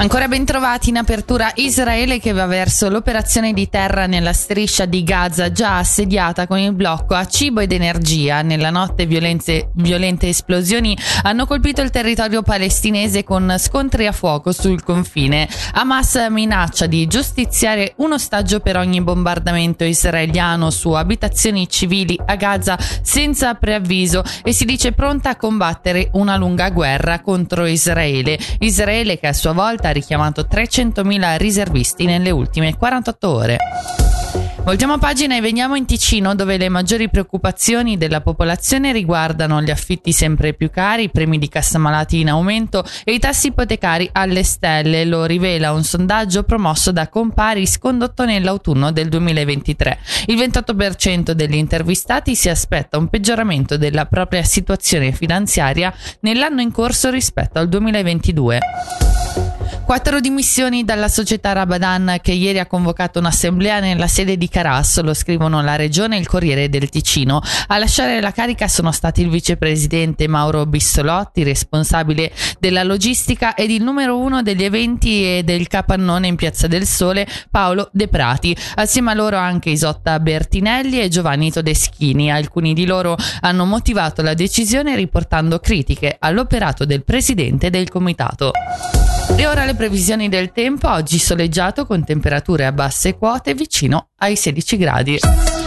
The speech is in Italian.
Ancora ben trovati in apertura. Israele che va verso l'operazione di terra nella striscia di Gaza, già assediata con il blocco a cibo ed energia. Nella notte violente esplosioni hanno colpito il territorio palestinese con scontri a fuoco sul confine. Hamas minaccia di giustiziare un ostaggio per ogni bombardamento israeliano su abitazioni civili a Gaza senza preavviso e si dice pronta a combattere una lunga guerra contro Israele. Israele che a sua volta ha richiamato 300.000 riservisti nelle ultime 48 ore. Voltiamo pagina e veniamo in Ticino, dove le maggiori preoccupazioni della popolazione riguardano gli affitti sempre più cari, i premi di cassamalati in aumento e i tassi ipotecari alle stelle. Lo rivela un sondaggio promosso da Comparis condotto nell'autunno del 2023. Il 28% degli intervistati si aspetta un peggioramento della propria situazione finanziaria nell'anno in corso rispetto al 2022. 4 dimissioni dalla società Rabadan, che ieri ha convocato un'assemblea nella sede di Carasso, lo scrivono la Regione e il Corriere del Ticino. A lasciare la carica sono stati il vicepresidente Mauro Bissolotti, responsabile della logistica, ed il numero 1 degli eventi e del capannone in Piazza del Sole, Paolo De Prati. Assieme a loro anche Isotta Bertinelli e Giovanni Todeschini. Alcuni di loro hanno motivato la decisione riportando critiche all'operato del presidente del comitato. E ora le previsioni del tempo. Oggi soleggiato con temperature a basse quote vicino ai 16 gradi.